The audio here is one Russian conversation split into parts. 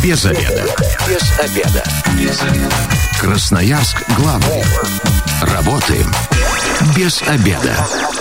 Без обеда. Без обеда. Без обеда. Красноярск главный. Работаем без обеда.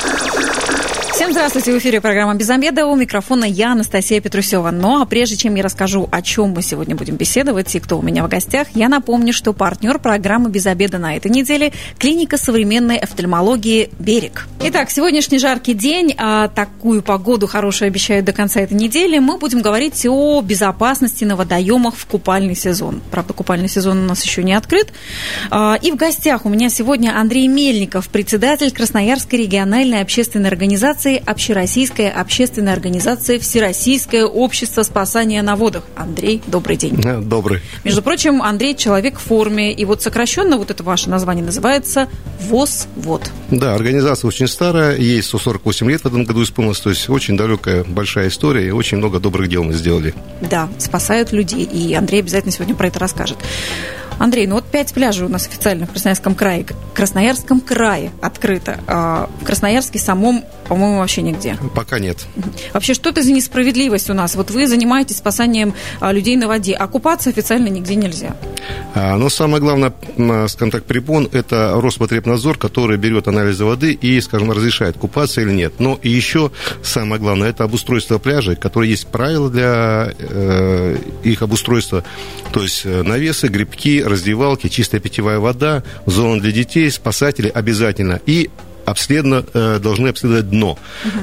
Всем здравствуйте, в эфире программа «Без обеда». У микрофона я, Анастасия Петрусева. Ну, а прежде чем я расскажу, о чем мы сегодня будем беседовать и кто у меня в гостях, я напомню, что партнер программы «Без обеда» на этой неделе – клиника современной офтальмологии «Берег». Итак, сегодняшний жаркий день, а такую погоду хорошую обещают до конца этой недели, мы будем говорить о безопасности на водоемах в купальный сезон. Правда, купальный сезон у нас еще не открыт. И в гостях у меня сегодня Андрей Мельников, председатель Красноярской региональной общественной организации Общероссийская общественная организация Всероссийское общество спасания на водах. Андрей, добрый день. Добрый. Между прочим, Андрей человек в форме, и вот сокращенно вот это ваше название называется ВОС-ВОД. Да, организация очень старая, ей 148 лет в этом году исполнилось, то есть очень далекая, большая история, и очень много добрых дел мы сделали. Да, спасают людей, и Андрей обязательно сегодня про это расскажет. Андрей, ну вот 5 пляжей у нас официально в Красноярском крае открыто. А в Красноярске самом, по-моему, вообще нигде. Пока нет. Вообще, что это за несправедливость у нас? Вот вы занимаетесь спасанием людей на воде, а купаться официально нигде нельзя. Но самое главное, скажем так, препон – это Роспотребнадзор, который берет анализы воды и, скажем, разрешает, купаться или нет. Но и еще самое главное – это обустройство пляжей, которые есть правила для их обустройства, то есть навесы, грибки, раздевалки, чистая питьевая вода, зона для детей, спасатели обязательно. И должны обследовать дно,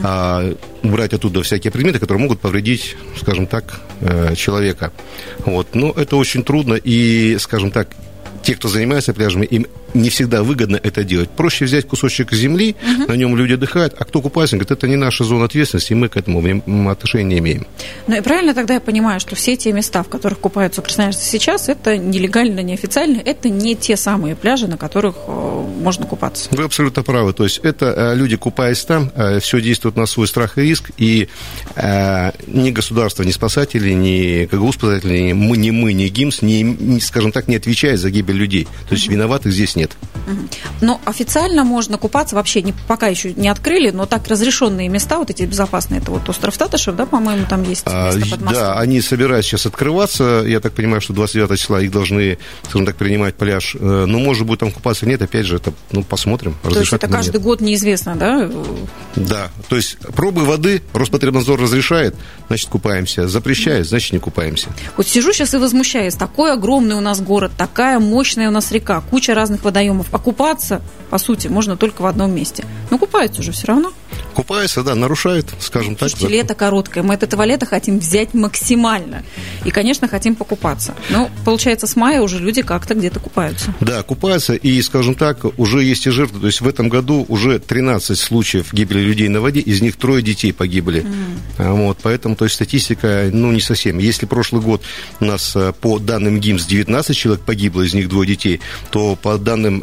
убрать оттуда всякие предметы, которые могут повредить, скажем так, человека. Вот. Но это очень трудно, и, скажем так, те, кто занимается пляжами, им не всегда выгодно это делать. Проще взять кусочек земли, на нем люди отдыхают, а кто купается, говорит, это не наша зона ответственности, и мы к этому отношения не имеем. Ну и правильно тогда я понимаю, что все те места, в которых купаются красноярцы сейчас, это нелегально, неофициально, это не те самые пляжи, на которых можно купаться. Вы абсолютно правы. То есть это люди, купаясь там, все действует на свой страх и риск, и ни государство, ни спасатели, ни КГУ спасатели, ни мы, ни ГИМС, скажем так, не отвечают за гибель людей. То есть виноватых здесь нет. Но официально можно купаться, вообще пока еще не открыли, но так разрешенные места, вот эти безопасные, это вот остров Татышев, да, по-моему, там есть место под мостом. Да, они собираются сейчас открываться, я так понимаю, что 29 числа их должны, скажем так, принимать пляж, но может быть там купаться, нет, опять же, это, посмотрим. То есть это каждый год неизвестно, да? Да, то есть пробы воды Роспотребнадзор разрешает, значит, купаемся, запрещает, значит, не купаемся. Вот сижу сейчас и возмущаюсь, такой огромный у нас город, такая мощная у нас река, куча разных водоемов, а купаться, по сути, можно только в одном месте. Но купаются же все равно. Купаются, да, нарушают, скажем так. Слушайте, лето короткое, мы от этого лета хотим взять максимально. И, конечно, хотим покупаться. Но, получается, с мая уже люди как-то где-то купаются. Да, купаются, и, скажем так, уже есть и жертвы. То есть в этом году уже 13 случаев гибели людей на воде, из них 3 детей погибли. Вот, поэтому, то есть статистика, не совсем. Если прошлый год у нас по данным ГИМС 19 человек погибло, из них 2 детей, то по данным,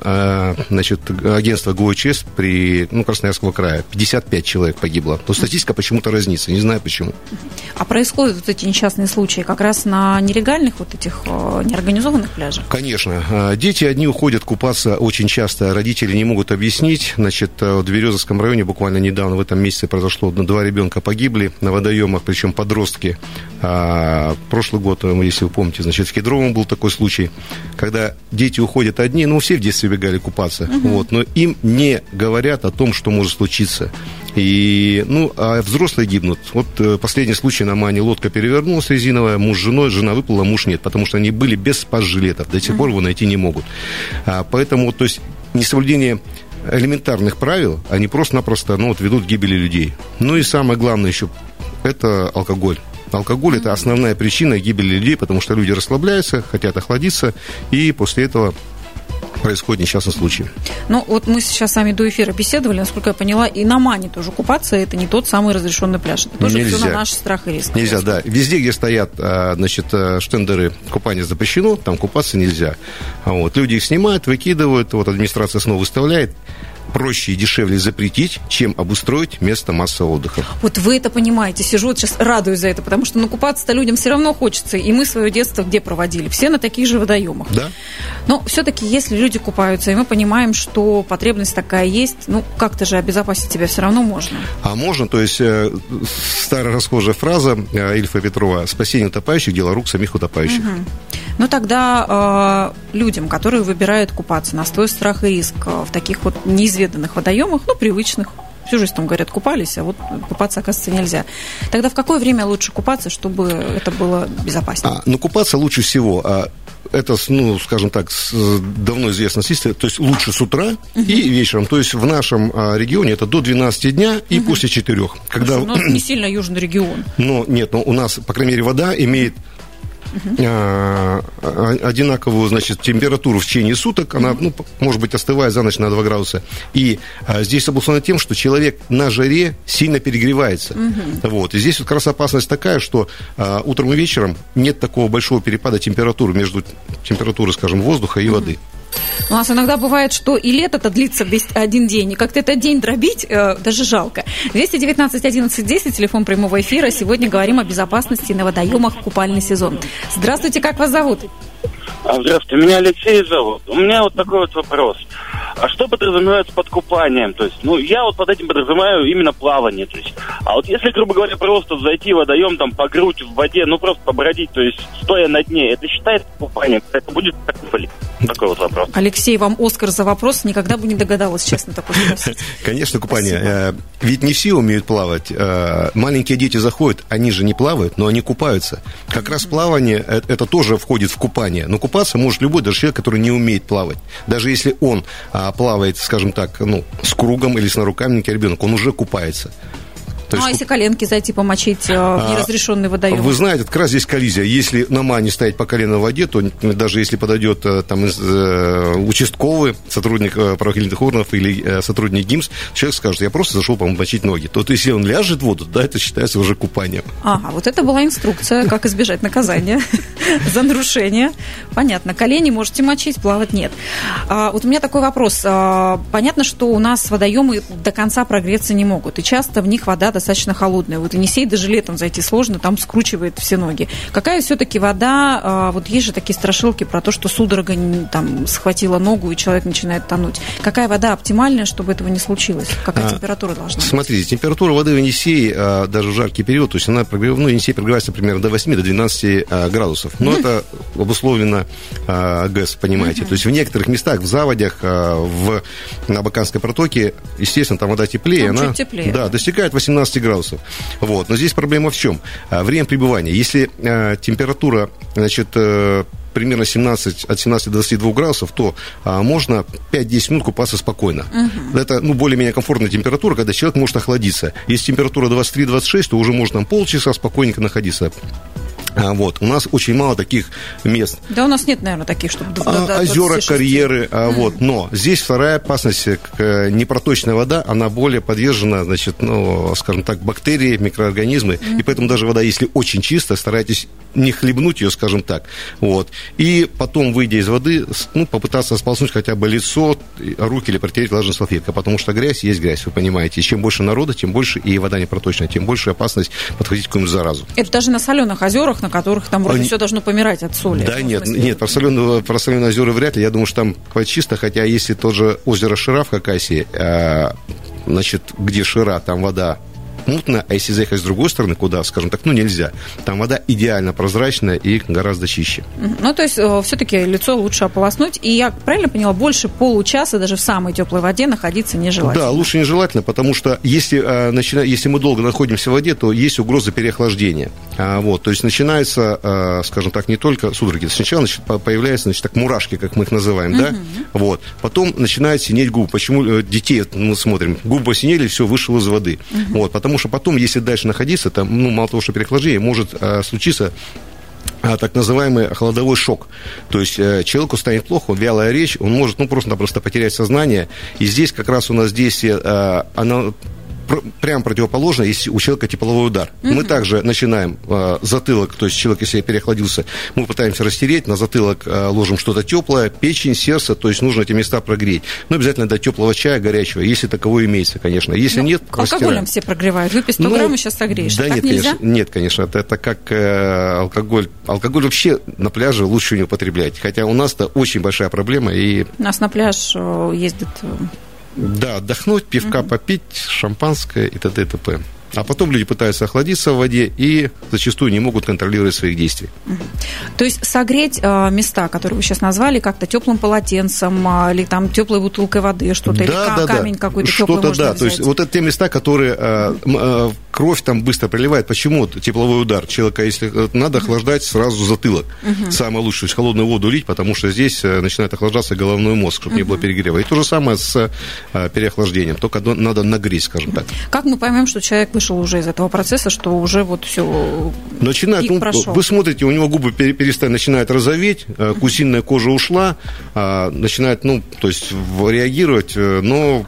агентства ГОЧС при Красноярского края 55 человек погибло. Но статистика почему-то разнится, не знаю почему. А происходят вот эти несчастные случаи как раз на нелегальных вот этих неорганизованных пляжах? Конечно. Дети одни уходят купаться очень часто, родители не могут объяснить. В Березовском районе буквально недавно в этом месяце произошло, 2 ребенка погибли на водоемах, причем подростки. Прошлый год, если вы помните, в Кедровом был такой случай, когда дети уходят одни, все в детстве бегали купаться, но им не говорят о том, что может случиться. И, а взрослые гибнут. Вот последний случай на Мане, лодка перевернулась резиновая, муж с женой, жена выплыла, муж нет, потому что они были без спас-жилетов, до сих пор его найти не могут. Поэтому, то есть, несоблюдение элементарных правил, они просто-напросто ведут к гибели людей. И самое главное еще, это алкоголь. Алкоголь – это основная причина гибели людей, потому что люди расслабляются, хотят охладиться, и после этого происходит несчастный случай. Вот мы сейчас с вами до эфира беседовали, насколько я поняла, и на Мане тоже купаться – это не тот самый разрешенный пляж. Это тоже все на наш страх и риск. Нельзя, да. Везде, где стоят, штендеры, купание запрещено, там купаться нельзя. Люди их снимают, выкидывают, администрация снова выставляет. проще и дешевле запретить, чем обустроить место массового отдыха. Вот вы это понимаете. Сижу вот сейчас радуюсь за это, потому что купаться-то людям все равно хочется. И мы свое детство где проводили? Все на таких же водоемах. Да. Но все-таки, если люди купаются, и мы понимаем, что потребность такая есть, как-то же обезопасить себя все равно можно. А можно, то есть старая расхожая фраза Ильфа Петрова: «Спасение утопающих – дело рук самих утопающих». Угу. Тогда людям, которые выбирают купаться на свой страх и риск в таких вот неизведанных водоемах, привычных, всю жизнь там, говорят, купались, а вот купаться, оказывается, нельзя. Тогда в какое время лучше купаться, чтобы это было безопаснее? Купаться лучше всего. Это, скажем так, давно известная система, то есть лучше с утра и вечером. То есть в нашем регионе это до 12 дня и после 4. Когда... Слушай, это не сильно южный регион. Нет, у нас, по крайней мере, вода имеет одинаковую, температуру в течение суток. Она, может быть, остывает за ночь на 2 градуса. И здесь обусловлено тем, что человек на жаре сильно перегревается. И здесь как раз опасность такая, что утром и вечером нет такого большого перепада температуры между температурой, скажем, воздуха и воды. У нас иногда бывает, что и лето-то длится весь один день, и как-то этот день дробить даже жалко. 219 11 10, телефон прямого эфира. Сегодня говорим о безопасности на водоемах в купальный сезон. Здравствуйте, как вас зовут? Здравствуйте, меня Алексей зовут. У меня вот такой вот вопрос. А что подразумевается под купанием? То есть, я вот под этим подразумеваю именно плавание. То есть, а вот если, грубо говоря, просто зайти в водоем, там, по грудь в воде, просто побродить, то есть, стоя на дне, это считается купанием? Это будет такой вот вопрос. Алексей, вам Оскар за вопрос. Никогда бы не догадалась, честно, такой спросить. Конечно, купание. Ведь не все умеют плавать. Маленькие дети заходят, они же не плавают, но они купаются. Как раз плавание, это тоже входит в купание. Но купаться может любой, даже человек, который не умеет плавать. Даже если он плавает, скажем так, с кругом или с нарукавники ребенок, он уже купается. Если коленки зайти помочить в неразрешенный водоем? Вы знаете, как раз здесь коллизия. Если на мане стоять по колено в воде, то даже если подойдет участковый, сотрудник правоохранительных органов или сотрудник ГИМС, человек скажет: я просто зашел помочить ноги. То если он ляжет в воду, это считается уже купанием. Вот это была инструкция, как избежать наказания за нарушение. Понятно. Колени можете мочить, плавать нет. Вот у меня такой вопрос. Понятно, что у нас водоемы до конца прогреться не могут, и часто в них вода достаточно холодная. Вот Енисей даже летом зайти сложно, там скручивает все ноги. Какая все-таки вода? Вот есть же такие страшилки про то, что судорога там схватила ногу, и человек начинает тонуть. Какая вода оптимальная, чтобы этого не случилось? Какая температура должна быть? Смотрите, температура воды в Енисее, даже в жаркий период, то есть она, Енисей прогревается примерно до 8-12 градусов. Но это обусловлено ГЭС, понимаете. То есть в некоторых местах, в заводях, на Абаканской протоке, естественно, там вода теплее. Она чуть теплее. Да, достигает 18 градусов. Но здесь проблема в чем? Время пребывания. Если температура, примерно от 17 до 22 градусов, то можно 5-10 минут купаться спокойно. Это, более-менее комфортная температура, когда человек может охладиться. Если температура 23-26, то уже можно полчаса спокойненько находиться. У нас очень мало таких мест. Да, у нас нет, наверное, таких, чтобы... Озера, карьеры. Но здесь вторая опасность. Непроточная вода, она более подвержена, скажем так, бактерии, микроорганизмы. И поэтому даже вода, если очень чистая, старайтесь не хлебнуть ее, скажем так. И потом, выйдя из воды, попытаться сполоснуть хотя бы лицо, руки или протереть влажной салфеткой. Потому что грязь есть грязь, вы понимаете. И чем больше народа, тем больше и вода непроточная, тем больше опасность подхватить какую-нибудь заразу. Это даже на соленых озерах, на которых там вроде все должно помирать от соли. Да, нет, про соленые озера вряд ли. Я думаю, что там бывает чисто, хотя если тот же озеро Шира в Хакасии, где Шира, там вода мутная, а если заехать с другой стороны, куда, скажем так, нельзя. Там вода идеально прозрачная и гораздо чище. То есть, все-таки лицо лучше ополоснуть. И я правильно поняла, больше получаса даже в самой теплой воде находиться нежелательно? Да, лучше нежелательно, потому что если мы долго находимся в воде, то есть угроза переохлаждения. То есть начинается, скажем так, не только судороги. Сначала появляются, мурашки, как мы их называем, да? Потом начинает синеть губы. Почему детей мы смотрим? Губы посинели, все, вышел из воды. Потому что потом, если дальше находиться, там, мало того, что переохлаждение, может случиться так называемый холодовой шок. То есть человеку станет плохо, вялая речь, он может просто-напросто потерять сознание. И здесь как раз у нас действие прямо противоположно, если у человека тепловой удар. Мы также начинаем затылок, то есть человек, если переохладился, мы пытаемся растереть, на затылок ложим что-то теплое, печень, сердце, то есть нужно эти места прогреть. Но обязательно дать теплого чая, горячего, если таковой имеется, конечно. Если нет, алкоголем все прогревают. Выпей 100 грамм и сейчас согреешь. Да, нет, конечно. Это как алкоголь. Алкоголь вообще на пляже лучше не употреблять. Хотя у нас-то очень большая проблема. И... У нас на пляж ездят... Да, отдохнуть, пивка попить, шампанское и т.д. и т.п. А потом люди пытаются охладиться в воде и зачастую не могут контролировать своих действий. То есть согреть места, которые вы сейчас назвали, как-то теплым полотенцем или там теплой бутылкой воды, что-то, или камень какой-то теплый можно взять. То есть вот это те места, которые кровь там быстро приливает. Почему тепловой удар? Человека, если надо охлаждать, сразу затылок. Самое лучшее, то есть холодную воду лить, потому что здесь начинает охлаждаться головной мозг, чтобы не было перегрева. И то же самое с переохлаждением, только надо нагреть, скажем так. Как мы поймем, что человек вышел уже из этого процесса, что уже вот все пик прошел? Вы смотрите, у него губы начинают розоветь, кусиная кожа ушла, начинает, то есть реагировать, но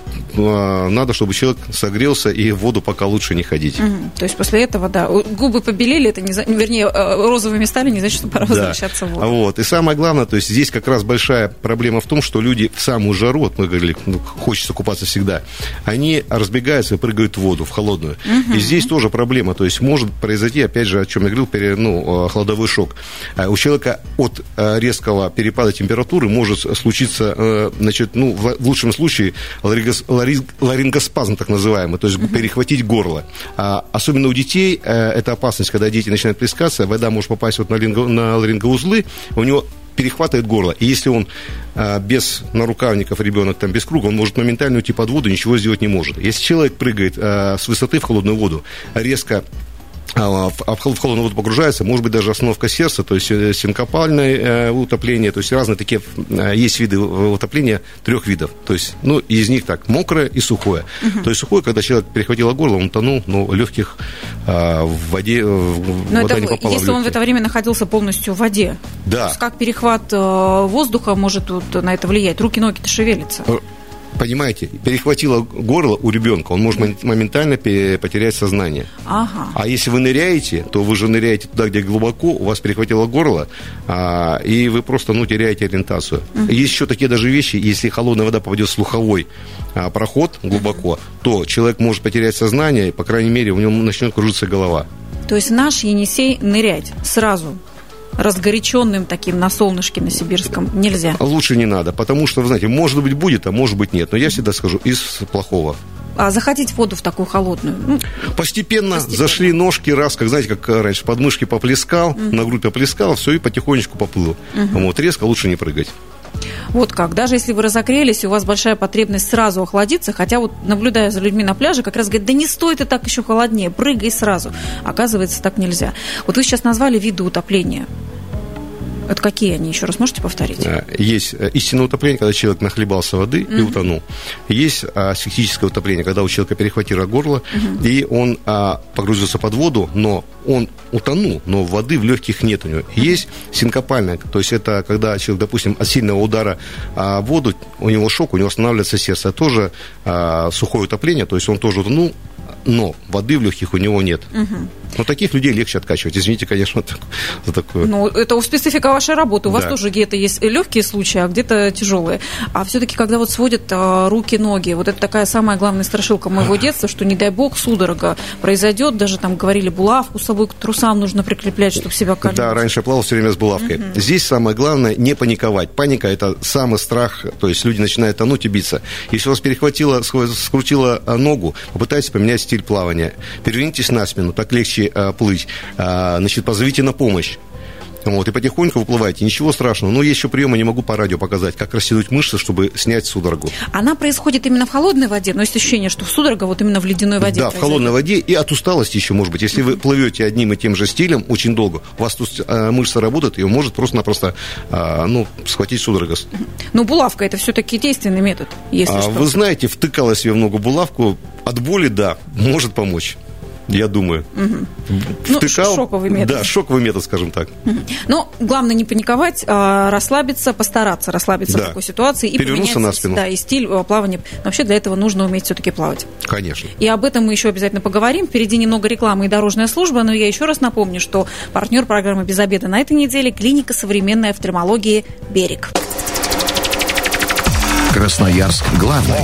надо, чтобы человек согрелся и в воду пока лучше не ходить. То есть после этого, да, губы побелели, это вернее, розовыми стали, не значит, что пора возвращаться в воду. Вот. И самое главное, то есть здесь как раз большая проблема в том, что люди в самую жару, вот мы говорили, хочется купаться всегда, они разбегаются и прыгают в воду, в холодную. И здесь тоже проблема, то есть может произойти, опять же, о чем я говорил, холодовой шок. У человека от резкого перепада температуры может случиться, в лучшем случае, ларингоспазм, так называемый, то есть перехватить горло. Особенно у детей это опасность, когда дети начинают плескаться, вода может попасть вот на ларингоузлы, у него перехватывает горло. И если он без нарукавников, ребенок там без круга, он может моментально уйти под воду, ничего сделать не может. Если человек прыгает с высоты в холодную воду, резко в холодную воду погружается, может быть, даже остановка сердца, то есть синкопальное утопление, то есть разные такие, есть виды утопления 3 видов, то есть, из них так, мокрое и сухое. То есть сухое, когда человек перехватило горло, он тонул, но легких в воде, вода не попала. Если он в это время находился полностью в воде, да. То есть как перехват воздуха может на это влиять? Руки-ноги-то шевелятся. Понимаете, перехватило горло у ребенка, он может моментально потерять сознание. Ага. А если вы ныряете, то вы же ныряете туда, где глубоко, у вас перехватило горло, и вы просто теряете ориентацию. Есть еще такие даже вещи, если холодная вода попадет в слуховой проход глубоко, то человек может потерять сознание, и, по крайней мере, у него начнет кружиться голова. То есть наш Енисей нырять сразу разгоряченным таким на солнышке на сибирском нельзя? Лучше не надо, потому что, вы знаете, может быть будет, а может быть нет. Но я всегда скажу, из плохого. А заходить в воду в такую холодную? Постепенно зашли ножки, раз, как раньше, подмышки поплескал, на грудь поплескал, все, и потихонечку поплыл. Вот, резко лучше не прыгать. Вот как. Даже если вы разогрелись, у вас большая потребность сразу охладиться, хотя вот, наблюдая за людьми на пляже, как раз говорят, да не стоит и так еще холоднее, прыгай сразу. Оказывается, так нельзя. Вот вы сейчас назвали виды утопления. Это какие они? Еще раз можете повторить? Есть истинное утопление, когда человек нахлебался воды и утонул. Есть асфиксическое утопление, когда у человека перехватило горло, и он погрузился под воду, но он утонул, но воды в легких нет у него. Есть синкопальное, то есть это когда человек, допустим, от сильного удара в воду, у него шок, у него останавливается сердце. Это тоже сухое утопление, то есть он тоже утонул, но воды в легких у него нет. Но таких людей легче откачивать. Извините, конечно, за такое. Это специфика вашей работы. У вас тоже где-то есть легкие случаи, а где-то тяжелые. А все-таки, когда вот сводят руки, ноги, вот это такая самая главная страшилка моего детства, что, не дай бог, судорога произойдет. Даже там говорили, булавку с собой к трусам нужно прикреплять, чтобы себя кормить. Да, раньше я плавал все время с булавкой. Здесь самое главное не паниковать. Паника – это самый страх, то есть люди начинают тонуть и биться. Если у вас перехватило, скрутило ногу, попытайтесь поменять стиль плавания. Перевернитесь на спину, так легче плыть. Позовите на помощь. Вот, и потихоньку выплываете, ничего страшного. Но есть еще приемы, не могу по радио показать, как растянуть мышцы, чтобы снять судорогу. Она происходит именно в холодной воде, но есть ощущение, что судорога вот именно в ледяной воде. Да, в холодной воде и от усталости еще, может быть. Если вы плывете одним и тем же стилем очень долго, у вас тут мышца работает, и он может просто-напросто схватить судорога. Но булавка – это все-таки действенный метод, если что. Вы знаете, втыкала себе в ногу булавку, от боли, да, может помочь. я думаю. Втыкал, шоковый метод. Да, шоковый метод, скажем так. Но главное не паниковать, расслабиться, постараться расслабиться в такой ситуации и перевернуться на спину. Да, и стиль плавания. Но вообще для этого нужно уметь все-таки плавать. Конечно. И об этом мы еще обязательно поговорим. Впереди немного рекламы и дорожная служба, но я еще раз напомню, что партнер программы «Без обеда» на этой неделе – клиника современной офтальмологии «Берег». Красноярск главный.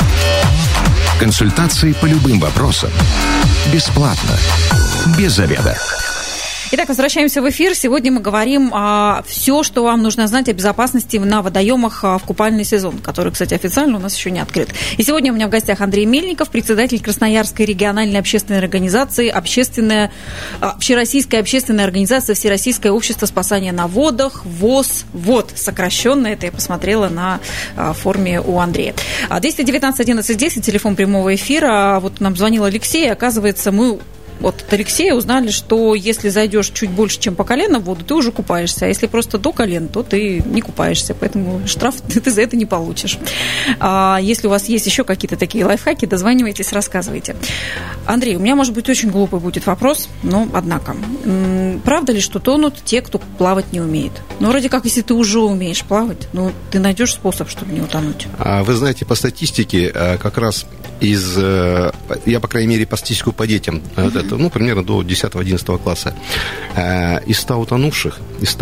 Консультации по любым вопросам. Бесплатно. Без обеда. Итак, возвращаемся в эфир. Сегодня мы говорим все, что вам нужно знать о безопасности на водоемах в купальный сезон, который, кстати, официально у нас еще не открыт. И сегодня у меня в гостях Андрей Мельников, председатель Красноярской региональной общественной организации, Общероссийская общественная организация Всероссийское общество спасания на водах, ВОС, ВОД, сокращенно, это я посмотрела на форме у Андрея. 219 11 10, телефон прямого эфира. Вот нам звонил Алексей, оказывается, мы... Вот от Алексея узнали, что если зайдешь чуть больше, чем по колено в воду, ты уже купаешься. А если просто до колена, то ты не купаешься. Поэтому штраф ты за это не получишь. Если у вас есть еще какие-то такие лайфхаки, дозванивайтесь, рассказывайте. Андрей, у меня, может быть, очень глупый будет вопрос, но, однако, правда ли, что тонут те, кто плавать не умеет? Ну, вроде как, если ты уже умеешь плавать, ну, ты найдешь способ, чтобы не утонуть. Вы знаете, по статистике, как раз я, по крайней мере, по статистику по детям, это, примерно до 10-11 класса, из 100 утонувших,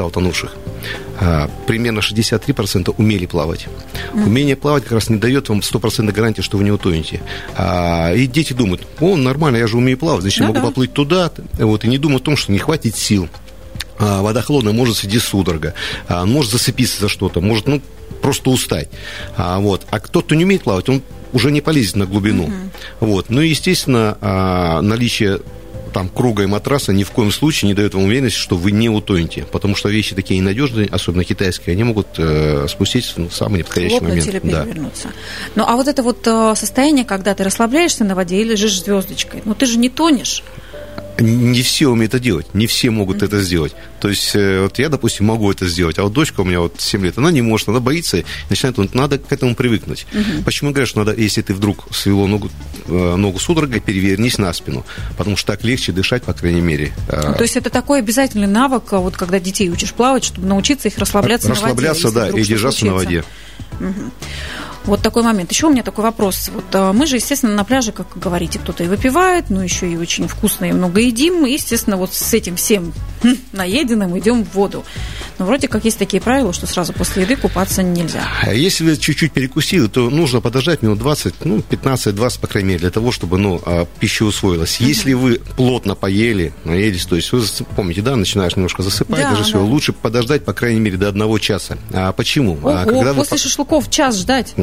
примерно 63% умели плавать. Умение плавать как раз не дает вам 100% гарантии, что вы не утонете. И дети думают, нормально, я же умею плавать, значит, я могу поплыть туда, и не думают о том, что не хватит сил. Вода холодная, может сидеть судорога, может зацепиться за что-то, может, просто устать. А кто-то не умеет плавать, он уже не полезет на глубину. Ну и, естественно, наличие там круга и матраса ни в коем случае не дает вам уверенности, что вы не утонете, потому что вещи такие ненадежные, особенно китайские, они могут спуститься в самый неподходящий момент. Или перевернуться. Ну, а вот это вот состояние, когда ты расслабляешься на воде и лежишь звездочкой, ты же не тонешь. Не все умеют это делать, не все могут это сделать. То есть, вот я, допустим, могу это сделать, а вот дочка у меня 7 лет, она не может, она боится, и начинает, надо к этому привыкнуть. Почему говорят, что надо, если ты вдруг свело ногу судорогой, перевернись на спину, потому что так легче дышать, по крайней мере. То есть, это такой обязательный навык, вот когда детей учишь плавать, чтобы научиться их расслабляться на воде. Расслабляться, да, и держаться на воде. Вот такой момент. Еще у меня такой вопрос. Вот мы же, естественно, на пляже, как говорите, кто-то и выпивает, еще и очень вкусно и много едим. И, естественно, вот с этим всем наеденным идем в воду. Но вроде как есть такие правила, что сразу после еды купаться нельзя. Если вы чуть-чуть перекусили, то нужно подождать минут 20, 15-20, по крайней мере, для того, чтобы пища усвоилась. Если вы плотно поели, наелись, то есть вы помните, да, начинаешь немножко засыпать, лучше подождать, по крайней мере, до 1 часа. Почему? После шашлыков час ждать.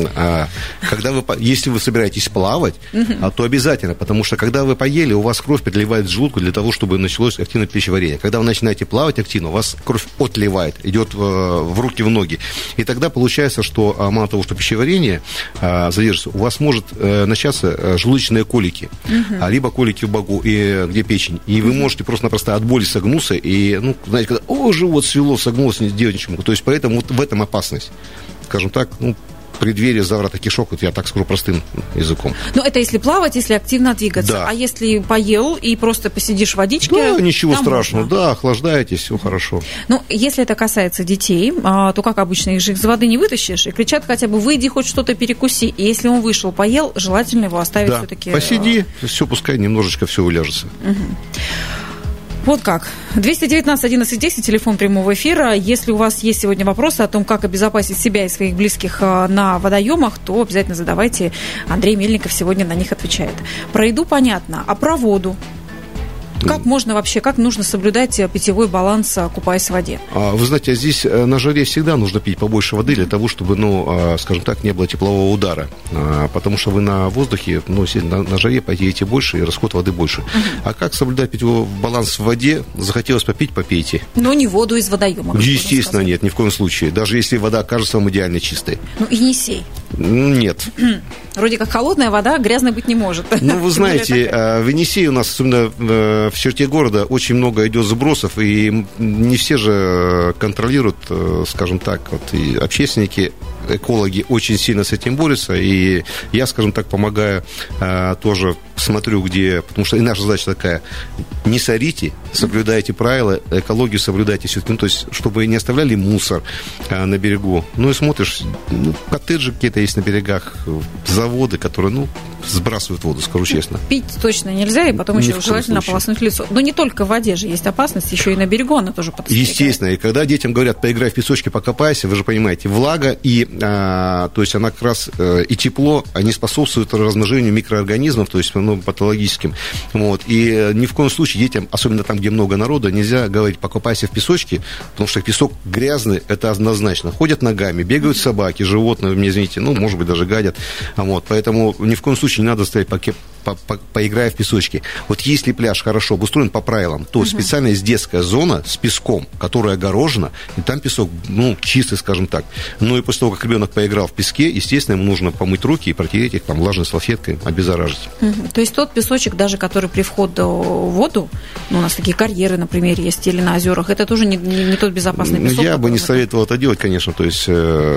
Если вы собираетесь плавать, то обязательно, потому что когда вы поели, у вас кровь переливает в желудку для того, чтобы началось активное пищеварение. Когда вы начинаете плавать активно, у вас кровь отливает, идет в руки, в ноги. И тогда получается, что мало того, что пищеварение задержится, у вас может начаться желудочные колики, либо колики в боку, где печень. И вы можете просто-напросто от боли согнуться, и, знаете, когда, живот свело, согнулось, не делать ничего. То есть, поэтому вот в этом опасность. Скажем так, преддверие заврата кишок, вот я так скажу простым языком. Это если плавать, если активно двигаться. Да. А если поел и просто посидишь в водичке? Да, ничего страшного. Можно. Да, охлаждаетесь, все хорошо. Если это касается детей, то, как обычно, их же из воды не вытащишь, и кричат хотя бы: выйди, хоть что-то перекуси. И если он вышел, поел, желательно его оставить все-таки. Посиди, все, пускай немножечко все уляжется. Вот как. 219 11 10, телефон прямого эфира. Если у вас есть сегодня вопросы о том, как обезопасить себя и своих близких на водоемах, то обязательно задавайте. Андрей Мельников сегодня на них отвечает. Про еду понятно, а про воду? Как можно вообще, как нужно соблюдать питьевой баланс, купаясь в воде? Вы знаете, здесь на жаре всегда нужно пить побольше воды для того, чтобы, скажем так, не было теплового удара. Потому что вы на воздухе, на жаре потеете больше и расход воды больше. А как соблюдать питьевой баланс в воде? Захотелось попить, попейте. Но не воду из водоема. Естественно, нет, ни в коем случае. Даже если вода кажется вам идеально чистой. Енисей. Нет. Вроде как холодная вода грязной быть не может. Ну, вы знаете, в Енисее у нас, особенно в черте города, очень много идет сбросов, и не все же контролируют, скажем так, вот, и общественники, экологи очень сильно с этим борются, и я, скажем так, помогаю, тоже смотрю, где, потому что и наша задача такая: не сорите, соблюдайте правила, экологию соблюдайте все-таки, то есть, чтобы не оставляли мусор на берегу. Ну, и смотришь, коттеджи какие-то есть на берегах, заводы, которые, сбрасывают воду, скажу честно. Пить точно нельзя, и потом еще желательно ополоснуть лицо. Но не только в воде же есть опасность, еще и на берегу она тоже подстерегает. Естественно, и когда детям говорят: поиграй в песочке, покопайся, вы же понимаете, влага и, то есть она как раз и тепло, они способствуют размножению микроорганизмов, то есть патологическим. Вот. И ни в коем случае детям, особенно там, где много народа, нельзя говорить: покопайся в песочке, потому что песок грязный, это однозначно. Ходят ногами, бегают собаки, животные, мне извините, может быть, даже гадят. Вот. Поэтому ни в коем случае не надо стоять поиграя в песочке. Вот если пляж хорошо обустроен по правилам, то специально есть детская зона с песком, которая огорожена, и там песок, чистый, скажем так. Ну и после того, как ребенок поиграл в песке, естественно, ему нужно помыть руки и протереть их влажной салфеткой, обеззаражить. То есть тот песочек, даже который при входе в воду, у нас такие карьеры, например, есть, или на озерах, это тоже не тот безопасный песок? Я бы не советовал это делать, конечно. То есть,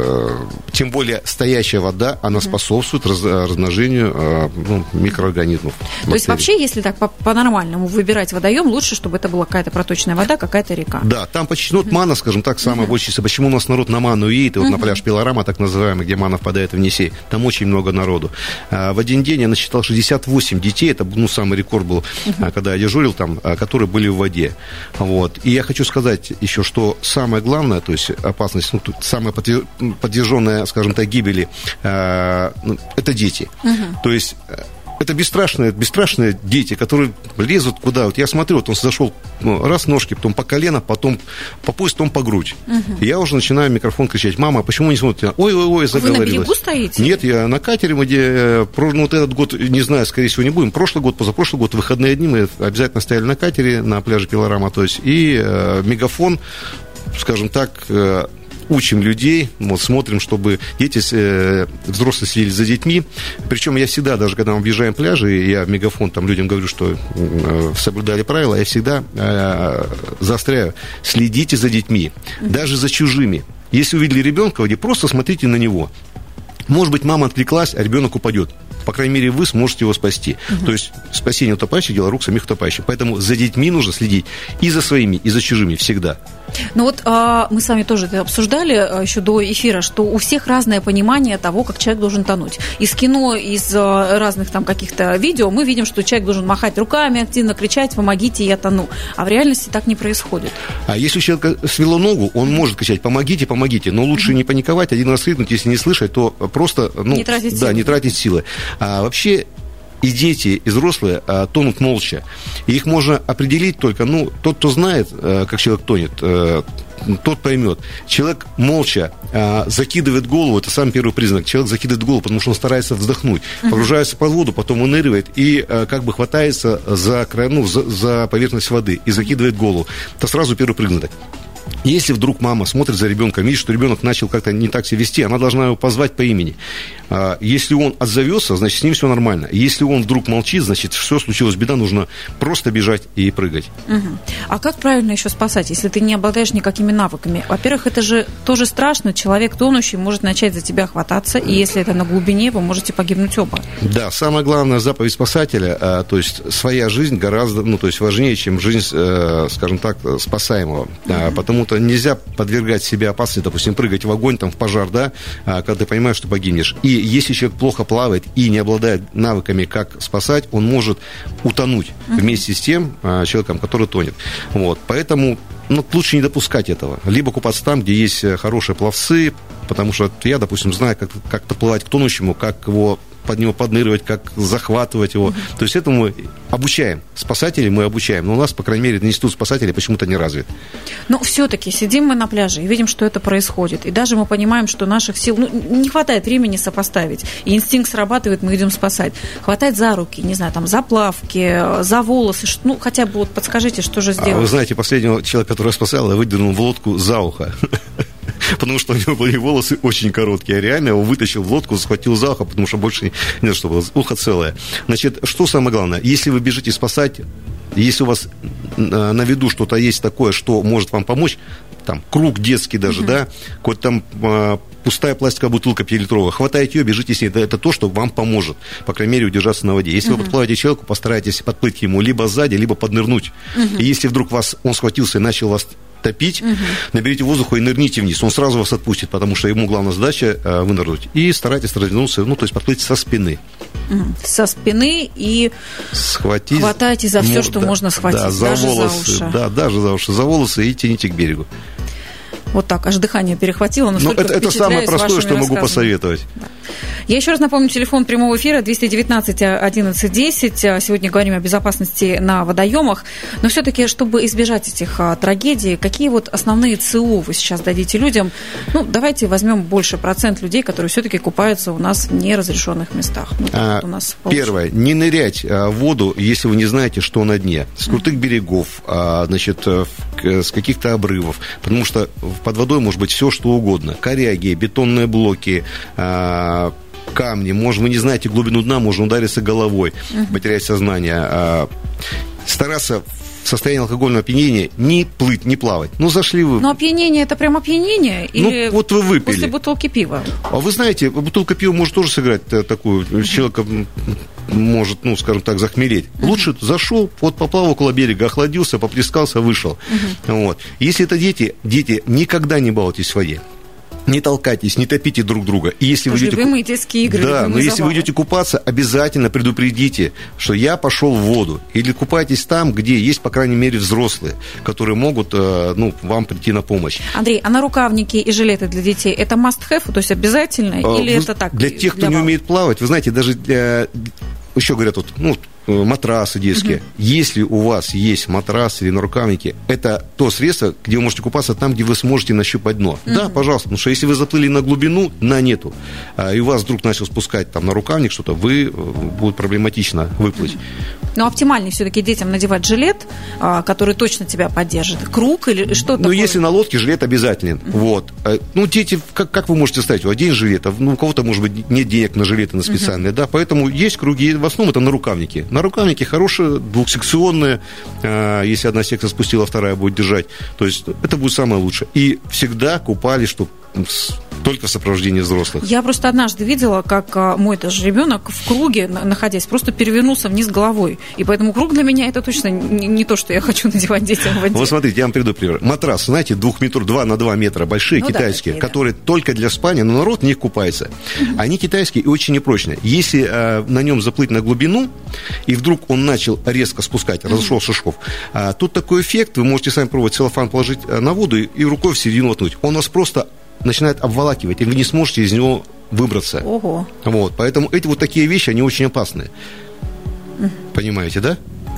тем более стоящая вода, она способствует размножению микроорганизмов. То есть вообще, если так по-нормальному выбирать водоем, лучше, чтобы это была какая-то проточная вода, какая-то река. Да, там почти, мана, скажем так, самая большая. Почему у нас народ на ману едет, и вот на пляж Пилорама, так называемый, где мана впадает в Енисей, там очень много народу. В один день я насчитал 68 детей, это самый рекорд был, когда я дежурил там, которые были в воде. Вот. И я хочу сказать еще, что самое главное, то есть опасность, самая подверженная, скажем так, гибели, это дети. То есть это бесстрашные дети, которые лезут куда. Вот я смотрю, вот он зашел раз ножки, потом по колено, потом по пояс, потом по грудь. И я уже начинаю в микрофон кричать: мама, а почему не смотрите? Ой, заговорилась. Вы на берегу стоите? Нет, я на катере, где вот этот год, не знаю, скорее всего, не будем. Прошлый год, позапрошлый год, выходные дни мы обязательно стояли на катере на пляже Пилорама, то есть, и мегафон, скажем так, учим людей, смотрим, чтобы дети, взрослые следили за детьми. Причем я всегда, даже когда мы объезжаем пляжи, я в мегафон там людям говорю, что соблюдали правила, я всегда заостряю: следите за детьми, даже за чужими. Если увидели ребенка, просто смотрите на него. Может быть, мама отвлеклась, а ребенок упадет. По крайней мере, вы сможете его спасти. То есть спасение утопающих – дело рук самих утопающих. Поэтому за детьми нужно следить и за своими, и за чужими всегда. Ну вот мы с вами тоже это обсуждали еще до эфира, что у всех разное понимание того, как человек должен тонуть. Из кино, из разных там каких-то видео мы видим, что человек должен махать руками, активно кричать: помогите, я тону. А в реальности так не происходит. А если у человека свело ногу, он может кричать: помогите, помогите. Но лучше не паниковать, один раз крикнуть, если не слышать, то просто не тратить силы. А вообще и дети, и взрослые тонут молча. И их можно определить только, тот, кто знает, как человек тонет, тот поймет. Человек молча закидывает голову, это самый первый признак. Человек закидывает голову, потому что он старается вздохнуть, погружается под воду, потом выныривает и хватается за край, за поверхность воды и закидывает голову. Это сразу первый признак. Если вдруг мама смотрит за ребенком, видит, что ребенок начал как-то не так себя вести, она должна его позвать по имени. Если он отзовется, значит, с ним все нормально. Если он вдруг молчит, значит, все, случилась беда, нужно просто бежать и прыгать. А как правильно еще спасать, если ты не обладаешь никакими навыками? Во-первых, это же тоже страшно. Человек тонущий может начать за тебя хвататься, и если это на глубине, вы можете погибнуть оба. Да, самая главная заповедь спасателя, то есть своя жизнь гораздо, важнее, чем жизнь, скажем так, спасаемого. Потому-то нельзя подвергать себе опасности, допустим, прыгать в огонь, в пожар, когда ты понимаешь, что погибнешь. И если человек плохо плавает и не обладает навыками, как спасать, он может утонуть вместе с тем человеком, который тонет. Поэтому лучше не допускать этого. Либо купаться там, где есть хорошие пловцы, потому что я, допустим, знаю, как подплывать к тонущему, как его под него подныривать, как захватывать его. То есть этому мы обучаем. Спасателей мы обучаем. Но у нас, по крайней мере, институт спасателей почему-то не развит. Но все-таки сидим мы на пляже и видим, что это происходит. И даже мы понимаем, что наших сил не хватает времени сопоставить. И инстинкт срабатывает, мы идем спасать. Хватает за руки, не знаю, за плавки, за волосы. Хотя бы подскажите, что же сделать. Вы знаете, последнего человека, которого я спасал, я выдернул в лодку за ухо. потому что у него были волосы очень короткие. Я реально его вытащил в лодку, схватил за ухо, потому что больше не знаю, что было. Ухо целое. Значит, что самое главное? Если вы бежите спасать, если у вас на виду что-то есть такое, что может вам помочь, там, круг детский даже, да, какой-то там пустая пластиковая бутылка 5-литровая, хватаете ее, бежите с ней, это то, что вам поможет, по крайней мере, удержаться на воде. Если вы подплываете человеку, постарайтесь подплыть к ему либо сзади, либо поднырнуть. И если вдруг он схватился и начал вас топить, наберите воздуха и нырните вниз. Он сразу вас отпустит, потому что ему главная задача вынырнуть. И старайтесь развернуться, то есть подплыть со спины. Со спины и хватайте за все, что можно схватить, даже волосы, за уши. Да, даже за уши, за волосы и тяните к берегу. Вот так, аж дыхание перехватило. Это самое простое, что могу посоветовать. Да. Я еще раз напомню, телефон прямого эфира 219-11-10. Сегодня говорим о безопасности на водоемах. Но все-таки, чтобы избежать этих трагедий, какие вот основные ЦУ вы сейчас дадите людям? Давайте возьмем больше процент людей, которые все-таки купаются у нас в неразрешенных местах. Первое. Не нырять в воду, если вы не знаете, что на дне. С крутых берегов, с каких-то обрывов. Потому что под водой может быть все, что угодно. Коряги, бетонные блоки, камни. Может, вы не знаете глубину дна, можно удариться головой, потерять сознание. Стараться в состоянии алкогольного опьянения не плыть, не плавать. Зашли вы... Но опьянение – это прям опьянение? Или вот вы выпили. После бутылки пива? А вы знаете, бутылка пива может тоже сыграть такую. Человек может, скажем так, захмелеть. Лучше зашел, поплавал около берега, охладился, поплескался, вышел. Вот. Если это дети, никогда не балуйтесь в воде. Не толкайтесь, не топите друг друга. И если вы идете... Любимые детские игры. Да, но если вы идете купаться, обязательно предупредите, что я пошел в воду. Или купайтесь там, где есть, по крайней мере, взрослые, которые могут вам прийти на помощь. Андрей, а нарукавники и жилеты для детей – это must-have, то есть обязательно? Или это так? Для тех, кто не умеет плавать, вы знаете, даже еще говорят, матрасы детские. Если у вас есть матрас или нарукавники, это то средство, где вы можете купаться там, где вы сможете нащупать дно. Да, пожалуйста, потому что если вы заплыли на глубину, дна нету, и у вас вдруг начал спускать там нарукавник что-то, будет проблематично выплыть. Но оптимальнее все-таки детям надевать жилет, который точно тебя поддержит. Круг или что такое? Если на лодке, жилет обязателен. Вот. Дети, как вы можете ставить? Один жилет, у кого-то, может быть, нет денег на жилеты, на специальные, да, поэтому есть круги, в основном это нарукавники. Нарукавники хорошие, двухсекционные, если одна секция спустила, вторая будет держать, то есть это будет самое лучшее. И всегда купались, чтобы только в сопровождении взрослых. Я просто однажды видела, как мой даже ребенок в круге, находясь, просто перевернулся вниз головой. И поэтому круг для меня это точно не то, что я хочу надевать детям в воде. Вот смотрите, я вам приведу пример. Матрас, знаете, 2 на 2 метра, большие, китайские, которые только для спания, но народ в них купается. Они китайские и очень непрочные. Если на нем заплыть на глубину, и вдруг он начал резко спускать, разошелся шов, тут такой эффект, вы можете сами пробовать целлофан положить на воду и рукой в середину воткнуть. Он вас просто начинает обволакивать, и вы не сможете из него выбраться. Ого. Вот, поэтому эти вот такие вещи, они очень опасны. Понимаете, да?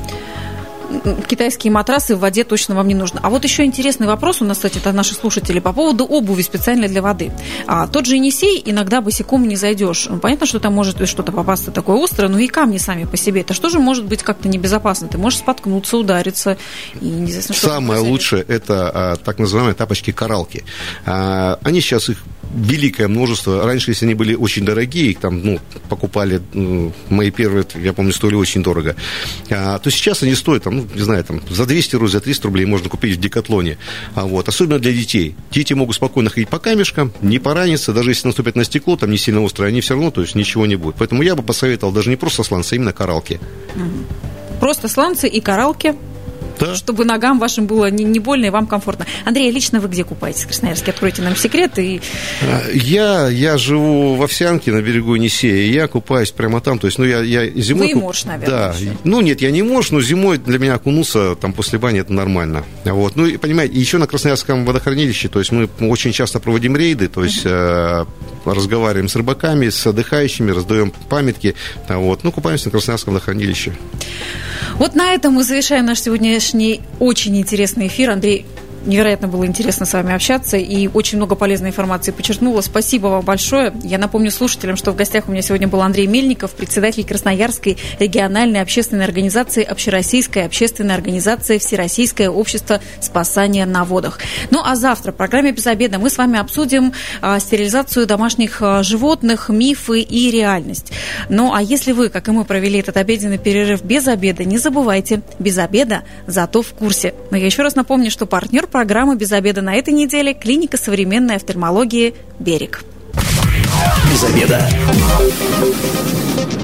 Китайские матрасы в воде точно вам не нужны. А вот еще интересный вопрос у нас, кстати, это наши слушатели, по поводу обуви специальной для воды. Тот же Енисей, иногда босиком не зайдешь. Понятно, что там может что-то попасться такое острое, но и камни сами по себе. Это что же может быть как-то небезопасно? Ты можешь споткнуться, удариться. И неизвестно, что самое лучшее – это так называемые тапочки-коралки. Они сейчас, их великое множество. Раньше, если они были очень дорогие, их там, покупали, мои первые, я помню, стоили очень дорого, то сейчас они стоят, не знаю, за 200 рублей, за 300 рублей можно купить в Декатлоне. Особенно для детей. Дети могут спокойно ходить по камешкам, не пораниться, даже если наступят на стекло, там не сильно острое, они все равно, то есть ничего не будет. Поэтому я бы посоветовал даже не просто сланцы, а именно коралки. Просто сланцы и коралки. Да. Чтобы ногам вашим было не больно и вам комфортно. Андрей, лично вы где купаетесь в Красноярске? Откройте нам секрет. Я живу в Овсянке на берегу Енисея, и я купаюсь прямо там. То есть, я зимой... Вы и морж, наверное. Да. Нет, я не морж, но зимой для меня окунуться там после бани это нормально. Вот. И понимаете, еще на Красноярском водохранилище, то есть мы очень часто проводим рейды, то есть разговариваем с рыбаками, с отдыхающими, раздаем памятки. Купаемся на Красноярском водохранилище. Вот на этом мы завершаем наш сегодняшний очень интересный эфир. Андрей, Невероятно было интересно с вами общаться, и очень много полезной информации подчеркнула. Спасибо вам большое. Я напомню слушателям, что в гостях у меня сегодня был Андрей Мельников, председатель Красноярской региональной общественной организации, Общероссийская общественная организация Всероссийское общество спасания на водах. Ну а завтра в программе «Без обеда» мы с вами обсудим стерилизацию домашних животных, мифы и реальность. Ну а если вы, как и мы, провели этот обеденный перерыв без обеда, не забывайте, без обеда, зато в курсе. Но я еще раз напомню, что партнер программы «Без обеда» на этой неделе – клиника современной офтальмологии «Берег». Без обеда.